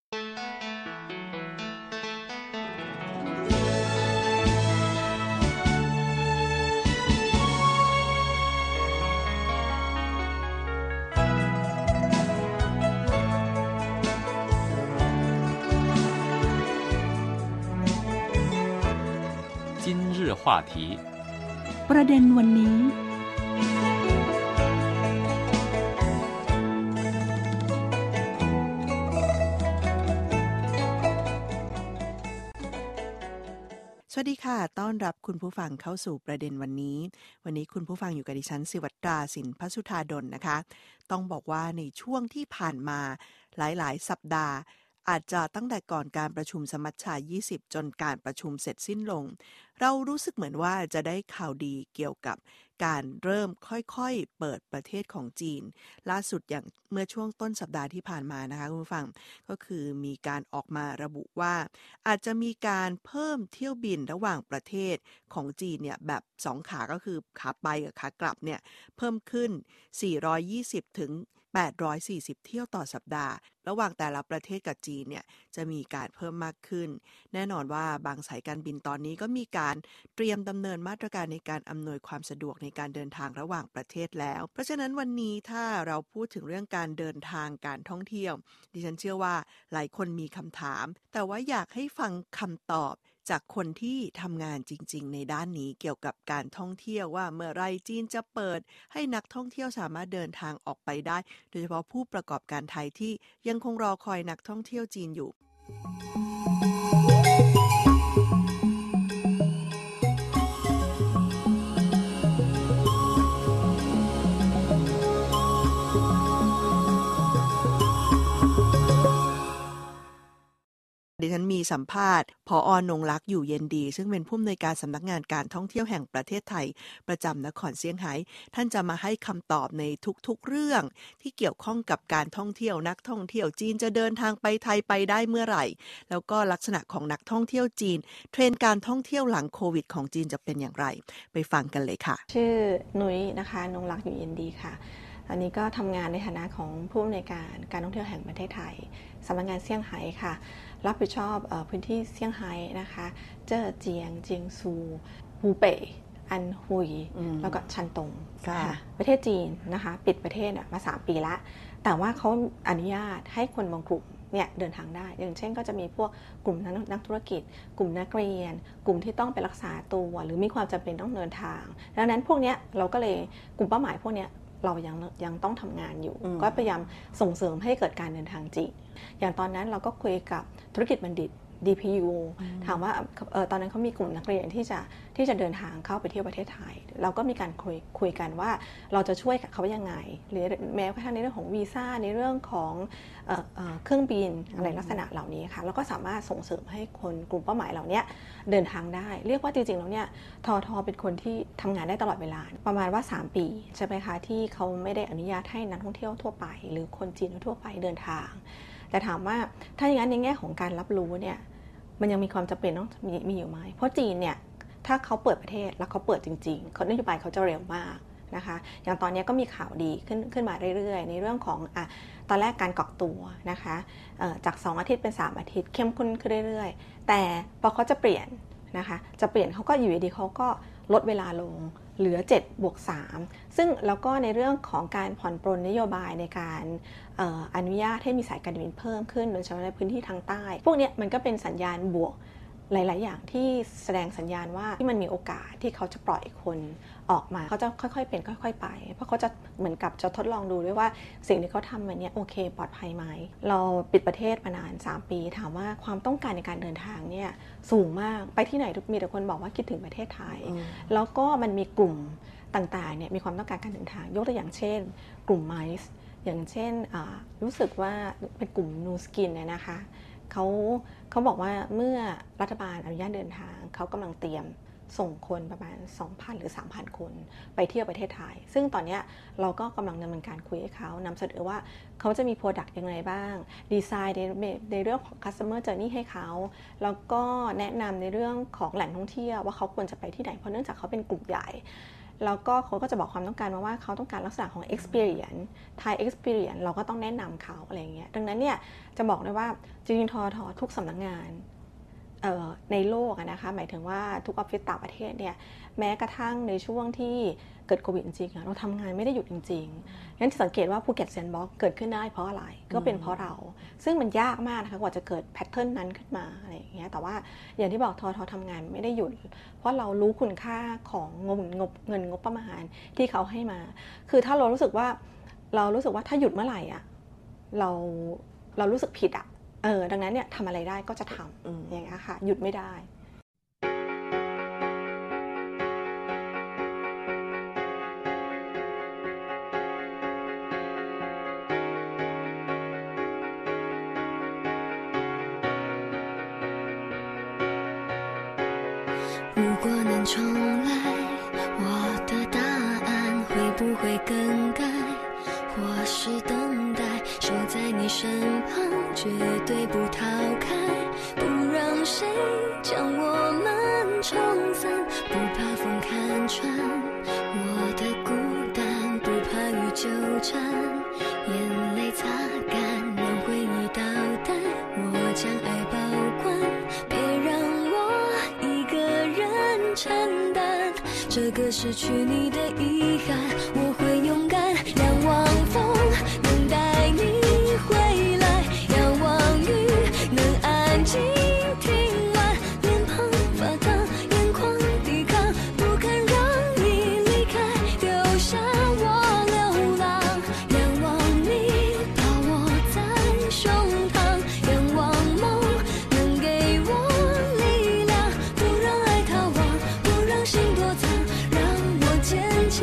今日话题ประเด็นวันนี้สวัสดีค่ะต้อนรับคุณผู้ฟังเข้าสู่ประเด็นวันนี้คุณผู้ฟังอยู่กับดิฉันศิวัตราสินพสุธาดลนะคะต้องบอกว่าในช่วงที่ผ่านมาหลายๆสัปดาห์อาจจะตั้งแต่ก่อนการประชุมสมัชชา20จนการประชุมเสร็จสิ้นลงเรารู้สึกเหมือนว่าจะได้ข่าวดีเกี่ยวกับการเริ่มค่อยๆเปิดประเทศของจีนล่าสุดอย่างเมื่อช่วงต้นสัปดาห์ที่ผ่านมานะคะคุณผู้ฟังก็คือมีการออกมาระบุว่าอาจจะมีการเพิ่มเที่ยวบินระหว่างประเทศของจีนเนี่ยแบบ2ขาก็คือขาไปกับขากลับเนี่ยเพิ่มขึ้น420ถึง840เที่ยวต่อสัปดาห์ระหว่างแต่ละประเทศกับจีนเนี่ยจะมีการเพิ่มมากขึ้นแน่นอนว่าบางสายการบินตอนนี้ก็มีการเตรียมดำเนินมาตรการในการอำนวยความสะดวกในการเดินทางระหว่างประเทศแล้วเพราะฉะนั้นวันนี้ถ้าเราพูดถึงเรื่องการเดินทางการท่องเที่ยวดิฉันเชื่อว่าหลายคนมีคำถามแต่ว่าอยากให้ฟังคำตอบจากคนที่ทำงานจริงๆในด้านนี้เกี่ยวกับการท่องเที่ยวว่าเมื่อไรจีนจะเปิดให้นักท่องเที่ยวสามารถเดินทางออกไปได้โดยเฉพาะผู้ประกอบการไทยที่ยังคงรอคอยนักท่องเที่ยวจีนอยู่ดิฉันมีสัมภาษณ์ผอ.นงลักษณ์อยู่เย็นดีซึ่งเป็นผู้อำนวยการสำนักงานการท่องเที่ยวแห่งประเทศไทยประจำนครเซี่ยงไฮ้ท่านจะมาให้คำตอบในทุกๆเรื่องที่เกี่ยวข้องกับการท่องเที่ยวนักท่องเที่ยวจีนจะเดินทางไปไทยไปได้เมื่อไหร่แล้วก็ลักษณะของนักท่องเที่ยวจีนเทรนด์การท่องเที่ยวหลังโควิดของจีนจะเป็นอย่างไรไปฟังกันเลยค่ะชื่อนุ้ยนะคะนงลักษณ์อยู่เย็นดีค่ะอันนี้ก็ทำงานในฐานะของผู้อำนวยการการท่องเที่ยวแห่งประเทศไทยสำนักงานเซี่ยงไฮ้ค่ะรับผิดชอบพื้นที่เซี่ยงไฮ้นะคะเจ้อเจียงเจียงซูฮูเป่ยอันฮุยแล้วก็ชันตงค่ะประเทศจีนนะคะปิดประเทศมา3 ปีละแต่ว่าเขาอนุญาตให้คนบางกลุ่มเนี่ยเดินทางได้อย่างเช่นก็จะมีพวกกลุ่มนักธุรกิจกลุ่มนักเรียนกลุ่มที่ต้องไปรักษาตัวหรือมีความจำเป็นต้องเดินทางดังนั้นพวกนี้เราก็เลยกลุ่มเป้าหมายพวกนี้เรายังต้องทำงานอยู่ก็พยายามส่งเสริมให้เกิดการเดินทางจริงอย่างตอนนั้นเราก็คุยกับธุรกิจบัณฑิต DPU ถามว่าตอนนั้นเขามีกลุ่มนักเรียนที่จะเดินทางเข้าไปเที่ยวประเทศไทยเราก็มีการคุยกันว่าเราจะช่วยเขายังไงหรือแม้กระทั่งในเรื่องของวีซ่าในเรื่องของเครื่องบินอะไรลักษณะเหล่านี้ค่ะแล้วก็สามารถส่งเสริมให้คนกลุ่มเป้าหมายเหล่านี้เดินทางได้เรียกว่าจริงๆแล้วเนี่ยทเป็นคนที่ทำงานได้ตลอดเวลาประมาณว่า3 ปีใช่ไหมคะที่เขาไม่ได้อนุญาตให้นักท่องเที่ยวทั่วไปหรือคนจีนทั่วไปเดินทางแต่ถามว่าถ้าอย่างนั้นในแง่ของการรับรู้เนี่ยมันยังมีความจำเป็นต้องมีอยู่ไหมเพราะจีนเนี่ยถ้าเขาเปิดประเทศแล้วเขาเปิดจริงๆเขานโยบายเขาจะเร็วมากนะคะอย่างตอนนี้ก็มีข่าวดีขึ้นมาเรื่อยๆในเรื่องของตอนแรกการกักตัวนะคะจาก2 อาทิตย์เป็น3 อาทิตย์เข้มข้นขึ้นเรื่อยๆแต่พอเขาจะเปลี่ยนนะคะจะเปลี่ยนเขาก็อยู่ดีเขาก็ลดเวลาลงเหลือ7+3ซึ่งแล้วก็ในเรื่องของการผ่อนปรนนโยบายในการอนุญาตให้มีสายการบินเพิ่มขึ้นโดยเฉพาะในพื้นที่ทางใต้พวกนี้มันก็เป็นสัญญาณบวกหลายๆอย่างที่แสดงสัญญาณว่าที่มันมีโอกาสที่เขาจะปล่อยคนออกมาเขาจะค่อยๆเป็นค่อยๆไปเพราะเขาจะเหมือนกับจะทดลองดูด้วยว่าสิ่งที่เขาทำมันเนี่ยโอเคปลอดภัยไหมเราปิดประเทศมานาน3 ปีถามว่าความต้องการในการเดินทางเนี่ยสูงมากไปที่ไหนมีแต่คนบอกว่าคิดถึงประเทศไทยแล้วก็มันมีกลุ่มต่างๆเนี่ยมีความต้องการการเดินทางยกตัวอย่างเช่นกลุ่มไมซ์อย่างเช่นรู้สึกว่าเป็นกลุ่มนูสกินเนี่ยนะคะเขาบอกว่าเมื่อรัฐบาลอนุญาตเดินทางเขากำลังเตรียมส่งคนประมาณ 2,000 หรือ 3,000 คนไปเที่ยวประเทศไทยซึ่งตอนนี้เราก็กำลังดำเนินการคุยให้เขานำเสนอว่าเขาจะมี Product ยังไงบ้างดีไซน์ในเรื่องของ Customer Journey ให้เขาแล้วก็แนะนำในเรื่องของแหล่งท่องเที่ยวว่าเขาควรจะไปที่ไหนเพราะเนื่องจากเขาเป็นกลุ่มใหญ่แล้วก็เขาก็จะบอกความต้องการมาว่าเขาต้องการลักษณะของ experience Thai experience เราก็ต้องแนะนำเขาอะไรอย่างเงี้ยดังนั้นเนี่ยจะบอกได้ว่าจริงๆทททุกสำนักงานในโลกนะคะหมายถึงว่าทุกออฟฟิศต่างประเทศเนี่ยแม้กระทั่งในช่วงที่เกิดโควิดจริงๆเราทำงานไม่ได้หยุดจริงๆงั้นสังเกตว่าภูเก็ตแซนด์บ็อกซ์เกิดขึ้นได้เพราะอะไรก็เป็นเพราะเราซึ่งมันยากมากนะคะกว่าจะเกิดแพทเทิร์นนั้นขึ้นมาอะไรอย่างเงี้ยแต่ว่าอย่างที่บอกทททำงานไม่ได้หยุดเพราะเรารู้คุณค่าของเงินงบประมาณที่เขาให้มาคือถ้าเรารู้สึกว่าถ้าหยุดเมื่อไหร่อ่ะเรารู้สึกผิดอ่ะดังนั้นเนี่ยทำอะไรได้ก็จะทำอย่างเงี้ยค่ะหยุดไม่ได้如果能重来，我的答案会不会更改？或是等待，守在你身旁，绝对不逃开，不让谁将我们冲散，不怕风看穿我的孤单，不怕雨纠缠，眼泪擦干，让回忆倒带，我将爱保管，别让我一个人承担这个失去你的遗憾，我会勇敢仰望风，能带你回来，仰望雨，能安静听完，脸庞发烫，眼眶抵抗，不肯让你离开，丢下我流浪，仰望你抱我在胸膛，仰望梦能给我力量，不让爱逃亡，不让心躲藏，让我坚强。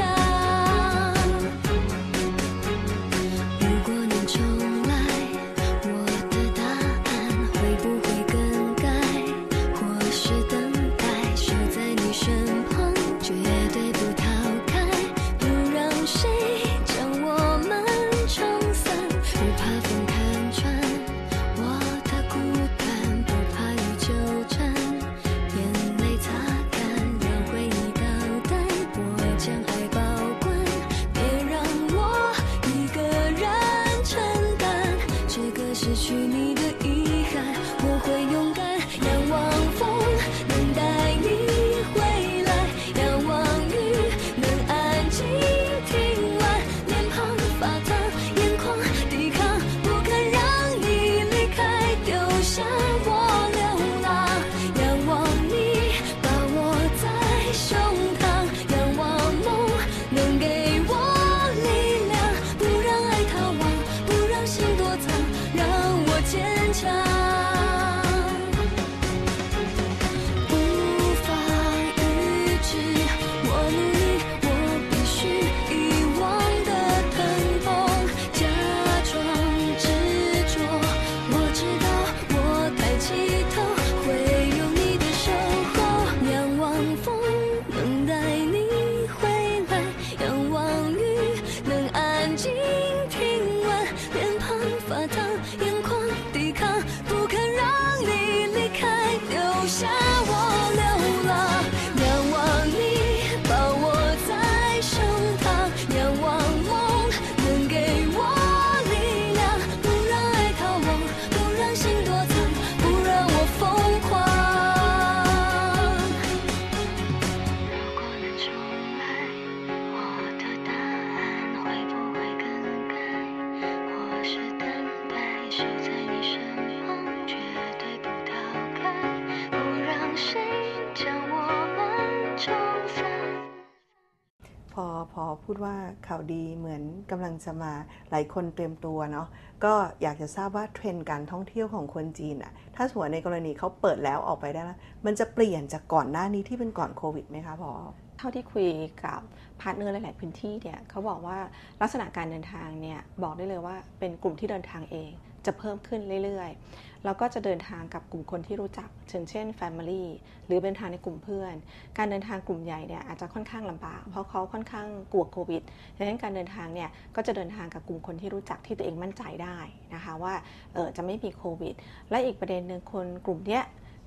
如果能重来，我的答案会不会更改？或是等待，守在你身旁，绝对不逃开，不让谁将我们冲散，不怕风看穿我的孤单，不怕雨纠缠，眼泪擦干，让回忆倒带，我将爱保管，别让我一个人承担这个失去你的遗憾，我会勇敢仰望风，能带你回来，仰望雨，能安静听完，脸庞发烫，眼眶抵抗，不肯让你离开，丢下我流浪，仰望你抱我在胸膛，仰望梦能给我力量，不让爱逃亡，不让心躲藏，让我坚强。无法预知，我努力，我必须遗忘的疼痛，假装执着，我知道我抬起头会有你的守候，仰望风能带你回来，仰望雨能安静听完，脸庞发烫，眼眶抵抗，不肯让你离开，留下我流浪，仰望你抱我在胸膛，仰望梦能给我力量，不让爱逃亡，不让心躲藏，不让我疯狂。如果能重来，我的答案会不会更改？或是等待，守在你身旁，绝对不逃开，不让谁将我们冲散。 พอพูดว่าข่าวดีเหมือนกำลังจะมาหลายคนเตรียมตัวเนาะก็อยากจะทราบว่าเทรนด์การท่องเที่ยวของคนจีนอะถ้าสมมติในกรณีเขาเปิดแล้วออกไปได้แล้วมันจะเปลี่ยนจากก่อนหน้านี้ที่เป็นก่อนโควิดไหมคะพอเท่าที่คุยกับพาร์ทเนอร์หลายๆพื้นที่เนี่ยเขาบอกว่าลักษณะการเดินทางเนี่ยบอกได้เลยว่าเป็นกลุ่มที่เดินทางเองจะเพิ่มขึ้นเรื่อยๆแล้วก็จะเดินทางกับกลุ่มคนที่รู้จักเช่น Family หรือเดินทางในกลุ่มเพื่อนการเดินทางกลุ่มใหญ่เนี่ยอาจจะค่อนข้างลำบากเพราะเขาค่อนข้างกลัวโควิดดังนั้นการเดินทางเนี่ยก็จะเดินทางกับกลุ่มคนที่รู้จักที่ตัวเองมั่นใจได้นะคะว่าจะไม่มีโควิดและอีกประเด็นหนึ่งคนกลุ่มเนี้ย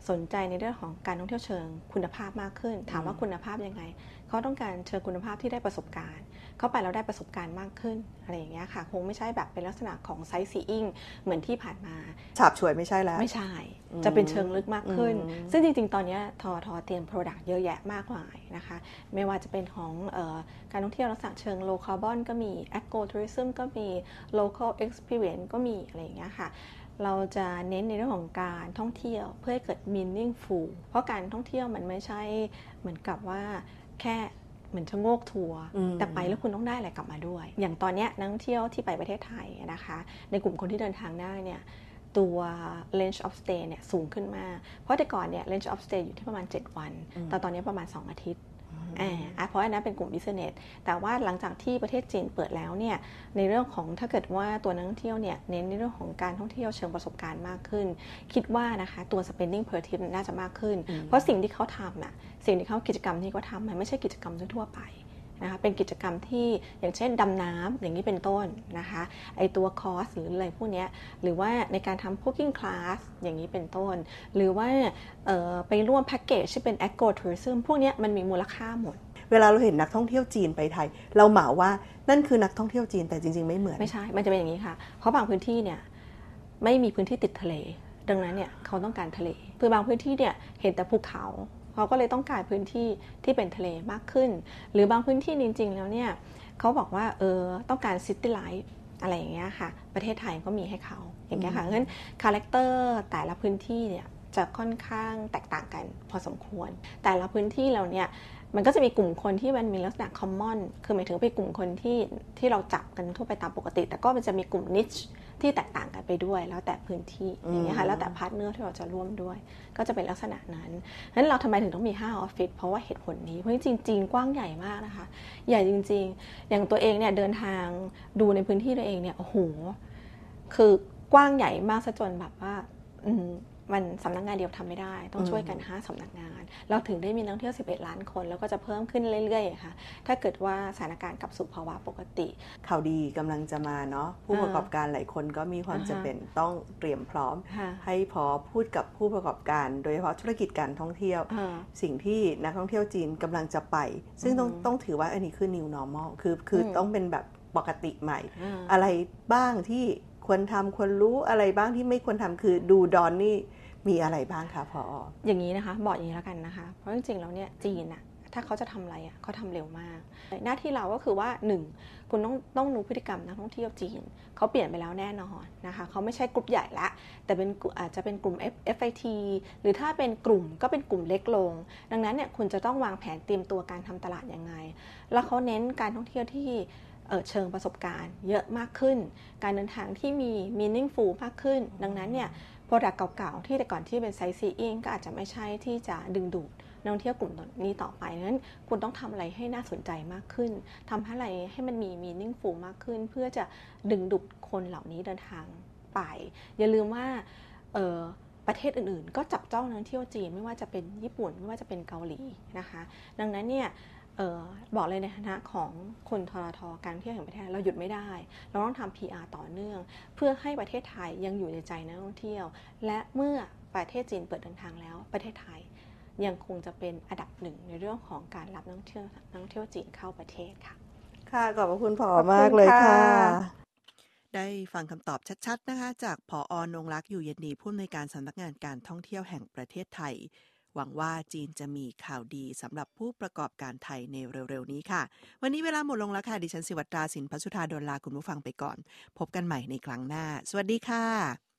สนใจในเรื่องของการท่องเที่ยวเชิงคุณภาพมากขึ้นถามว่าคุณภาพยังไงเขาต้องการเชิงคุณภาพที่ได้ประสบการณ์เข้าไปแล้วได้ประสบการณ์มากขึ้นอะไรอย่างเงี้ยค่ะคงไม่ใช่แบบเป็นลักษณะของไซต์ซีอิ้งเหมือนที่ผ่านมาฉาบฉวยไม่ใช่แล้วไม่ใช่จะเป็นเชิงลึกมากขึ้นซึ่งจริงๆตอนนี้ททเตรียม Product เยอะแยะมากมายนะคะไม่ว่าจะเป็นของการท่องเที่ยวลักษณะเชิง low carbon ก็มี eco tourism ก็มี local experience ก็มีอะไรอย่างเงี้ยค่ะเราจะเน้นในเรื่องของการท่องเที่ยวเพื่อให้เกิด meaningful เพราะการท่องเที่ยวมันไม่ใช่เหมือนกับว่าแค่เหมือนชะโงกทัวร์แต่ไปแล้วคุณต้องได้อะไรกลับมาด้วยอย่างตอนนี้นักท่องเที่ยวที่ไปประเทศไทยนะคะในกลุ่มคนที่เดินทางได้เนี่ยตัว range of stay เนี่ยสูงขึ้นมากเพราะแต่ก่อนเนี่ย range of stay อยู่ที่ประมาณ7วันแต่ตอนนี้ประมาณ2อาทิตย์เพราะอันนั้นเป็นกลุ่ม business แต่ว่าหลังจากที่ประเทศจีนเปิดแล้วเนี่ยในเรื่องของถ้าเกิดว่าตัวนักท่องเที่ยวเนี่ยเน้นในเรื่องของการท่องเที่ยวเชิงประสบการณ์มากขึ้นคิดว่านะคะตัว spending per trip น่าจะมากขึ้นเพราะสิ่งที่เขาทำน่ะสิ่งที่เขากิจกรรมที่เขาทำมันไม่ใช่กิจกรรมทั่วไปนะคะเป็นกิจกรรมที่อย่างเช่นดำน้ำอย่างนี้เป็นต้นนะคะไอตัวคอร์สหรืออะไรพวกนี้หรือว่าในการทำ cooking class อย่างนี้เป็นต้นหรือว่าไปร่วมแพ็กเกจที่เป็น eco tourism พวกนี้มันมีมูลค่าหมดเวลาเราเห็นนักท่องเที่ยวจีนไปไทยเราเหมาว่านั่นคือนักท่องเที่ยวจีนแต่จริงๆไม่เหมือนไม่ใช่มันจะเป็นอย่างนี้ค่ะเพราะบางพื้นที่เนี่ยไม่มีพื้นที่ติดทะเลดังนั้นเนี่ยเขาต้องการทะเลคือบางพื้นที่เนี่ยเห็นแต่ภูเขาเขาก็เลยต้องการพื้นที่ที่เป็นทะเลมากขึ้นหรือบางพื้นที่จริงๆแล้วเนี่ยเขาบอกว่าต้องการซิตี้ไลฟ์อะไรอย่างเงี้ยค่ะประเทศไทยก็มีให้เขาอย่างเงี้ยค่ะงั้นคาแรคเตอร์แต่ละพื้นที่เนี่ยจะค่อนข้างแตกต่างกันพอสมควรแต่ละพื้นที่เราเนี่ยมันก็จะมีกลุ่มคนที่มันมีลักษณะ common คือหมายถึงเป็นกลุ่มคนที่เราจับกันทั่วไปตามปกติแต่ก็มันจะมีกลุ่ม niche ที่แตกต่างกันไปด้วยแล้วแต่พื้นที่อย่างเงี้ยค่ะแล้วแต่พาร์ทเนอร์ที่เราจะร่วมด้วยก็จะเป็นลักษณะนั้นงั้นเราทำไมถึงต้องมี5ออฟฟิศเพราะว่าเหตุผลนี้เพราะจริงๆกว้างใหญ่มากนะคะใหญ่จริงๆอย่างตัวเองเนี่ยเดินทางดูในพื้นที่ตัวเองเนี่ยโอ้โหคือกว้างใหญ่มากซะจนแบบว่ามันสำนักงานเดียวทำไม่ได้ต้องช่วยกัน5สำนักงานเราถึงได้มีนักท่องเที่ยว11ล้านคนแล้วก็จะเพิ่มขึ้นเรื่อยๆค่ะถ้าเกิดว่าสถานการณ์กลับสู่ภาวะปกติข่าวดีกำลังจะมาเนาะผู้ประกอบการหลายคนก็มีความจำเป็นต้องเตรียมพร้อมให้พอพูดกับผู้ประกอบการโดยเฉพาะธุรกิจการท่องเที่ยวสิ่งที่นักท่องเที่ยวจีนกำลังจะไปซึ่งต้องถือว่าอันนี้คือ new normal คือต้องเป็นแบบปกติใหม่อะไรบ้างที่ควรทำควรรู้อะไรบ้างที่ไม่ควรทำคือดูดอนนี่มีอะไรบ้างคะผอ. อย่างนี้นะคะบอกอย่างนี้แล้วกันนะคะเพราะจริงๆแล้วเนี่ยจีนอะถ้าเขาจะทำอะไรอะเขาทำเร็วมากหน้าที่เราก็คือว่า1คุณต้องรู้พฤติกรรมนักท่องเที่ยวจีนเขาเปลี่ยนไปแล้วแน่นอนนะคะเขาไม่ใช่กลุ่มใหญ่ละแต่เป็นอาจจะเป็นกลุ่ม FIT หรือถ้าเป็นกลุ่มก็เป็นกลุ่มเล็กลงดังนั้นเนี่ยคุณจะต้องวางแผนเตรียมตัวการทำตลาดยังไงแล้วเขาเน้นการท่องเที่ยวที่เชิงประสบการณ์เยอะมากขึ้นการเดินทางที่มี meaningful มากขึ้นดังนั้นเนี่ยProduct เก่าๆที่แต่ก่อนที่เป็นไซต์ซีอิ้งก็อาจจะไม่ใช่ที่จะดึงดูดนักท่องเที่ยวกลุ่มนี้ต่อไปนั้นคุณต้องทำอะไรให้น่าสนใจมากขึ้นทำอะไรให้มันมี meaningful มากขึ้นเพื่อจะดึงดูดคนเหล่านี้เดินทางไปอย่าลืมว่าประเทศอื่นๆก็จับจ้องนักท่องเที่ยวจีนไม่ว่าจะเป็นญี่ปุ่นไม่ว่าจะเป็นเกาหลีนะคะดังนั้นเนี่ยบอกเลยในฐานะของคนททการท่องเที่ยวแห่งประเทศเราหยุดไม่ได้เราต้องทำ PR ต่อเนื่องเพื่อให้ประเทศไทยยังอยู่ในใจนักท่องเที่ยวและเมื่อประเทศจีนเปิดเดินทางแล้วประเทศไทยยังคงจะเป็นอันดับหนึ่งในเรื่องของการรับนักท่องเที่ยวจีนเข้าประเทศค่ะค่ะขอบคุณผอ.มากเลยค่ะได้ฟังคำตอบชัดๆนะคะจากผอ.นงลักษณ์อยู่เย็นดีผู้อำนวยการสำนักงานการท่องเที่ยวแห่งประเทศไทยหวังว่าจีนจะมีข่าวดีสำหรับผู้ประกอบการไทยในเร็วๆนี้ค่ะวันนี้เวลาหมดลงแล้วค่ะดิฉันศิวัตราสินพัชชุธาดลลาคุณผู้ฟังไปก่อนพบกันใหม่ในครั้งหน้าสวัสดีค่ะ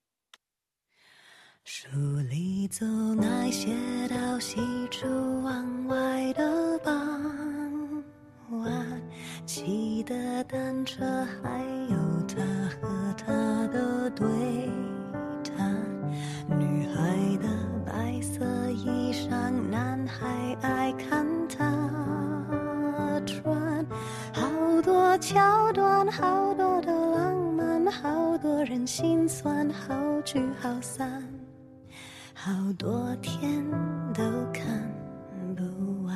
书里走那些到西出望外的傍晚骑的单车还有他和他的对谈女孩的白色衣裳男孩爱看她穿好多桥段好多的浪漫好多人心酸好聚好散好多天都看不完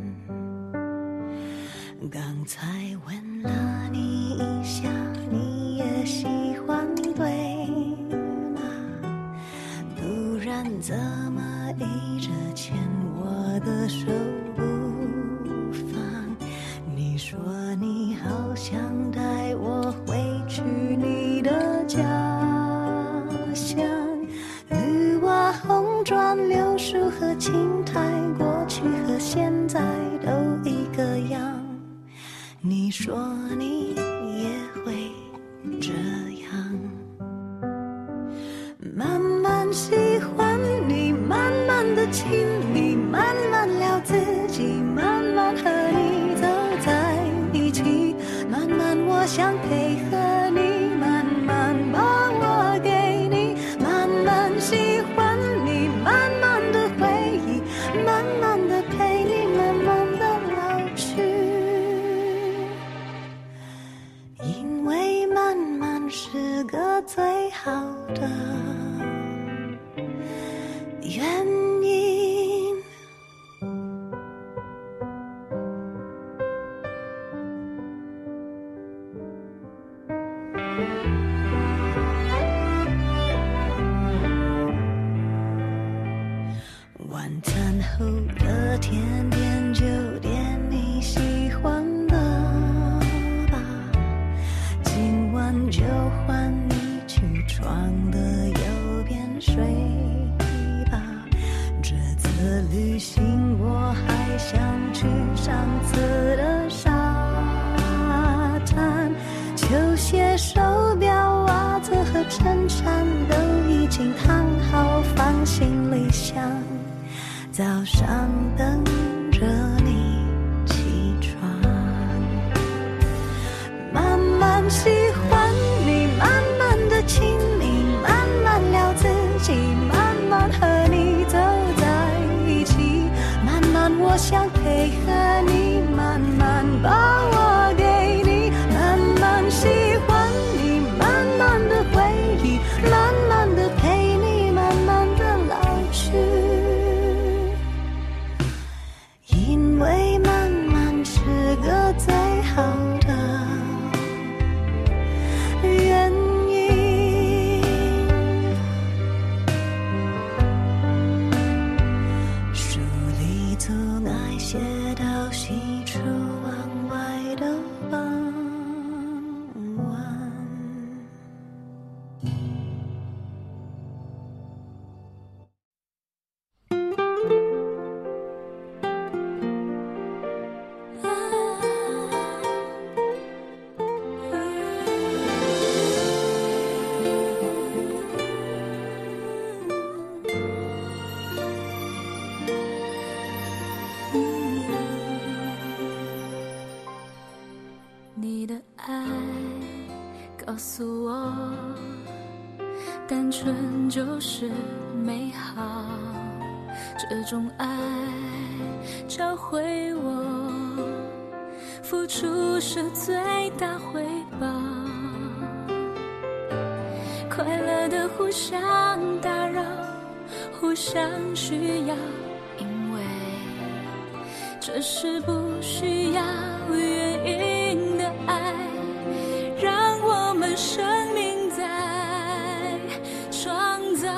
刚才问了你一下你也喜欢对吗不然怎么着牵我的手不放。你说你好想带我回去你的家乡，绿瓦红砖柳树和青苔，过去和现在都一个样。你说你也会这样，慢慢喜欢你，慢慢的亲你，慢慢聊自己，慢慢和你走在一起，慢慢我想配合你，慢慢把我给你，慢慢喜欢你，慢慢的回忆，慢慢的陪你，慢慢的老去，因为慢慢是个最好的原因。晚餐后的甜点就点你喜欢的吧，今晚就换你去床的右边睡吧。这次旅行我还想去上次的沙滩，球鞋、手表、袜子和衬衫都已经烫好放行李箱，早上等着你起床。慢慢喜欢你，慢慢的亲你，慢慢聊自己，慢慢和你走在一起，慢慢我想配合你，慢慢把我给你，慢慢喜欢你，慢慢的回忆，慢慢的陪你，慢慢的老去，因为慢慢是个最好的原因。书里总爱写到喜出望外的傍晚。 你的爱告诉我，单纯就是美好，这种爱教会我，付出是最大回报，快乐的互相打扰，互相需要，因为这是不需要原因的爱，让我们生命在创造。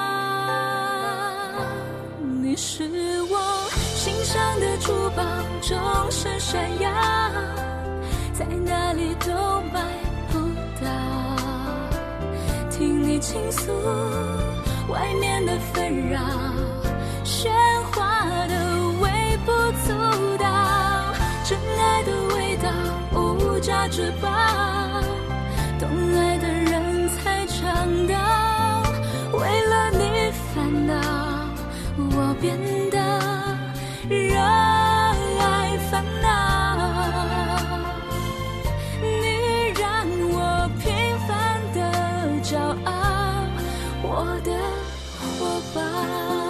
你是我心上的珠宝，终身闪耀，在哪里都买不到。听你倾诉外面的纷扰，喧哗的微不足道，真爱的味道无价之宝，懂爱的人才尝到。为了你烦恼，我变得热爱烦恼。你让我平凡的骄傲，我的伙伴。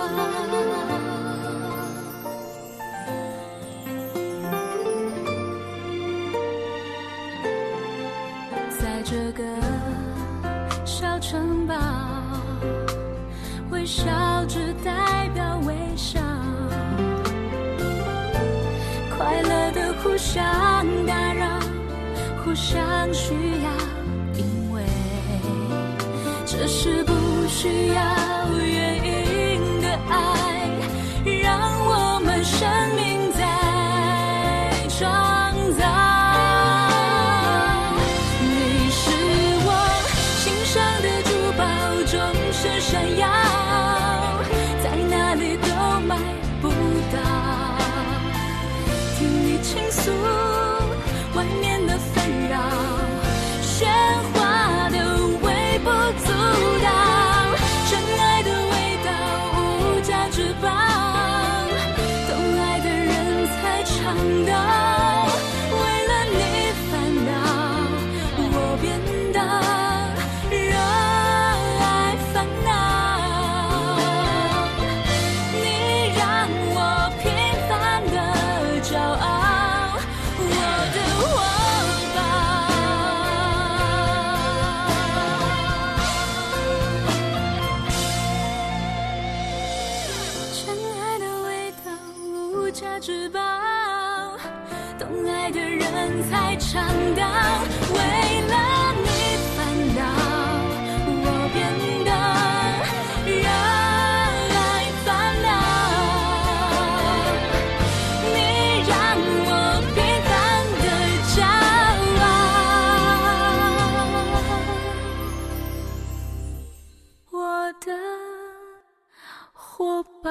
这个小城堡，微笑只代表微笑，快乐的互相打扰，互相需要，因为这是不需要原因的爱， 翅膀，懂爱的人才尝到，为了你烦恼，我变得热爱烦恼，你让我平凡的骄傲，我的伙伴。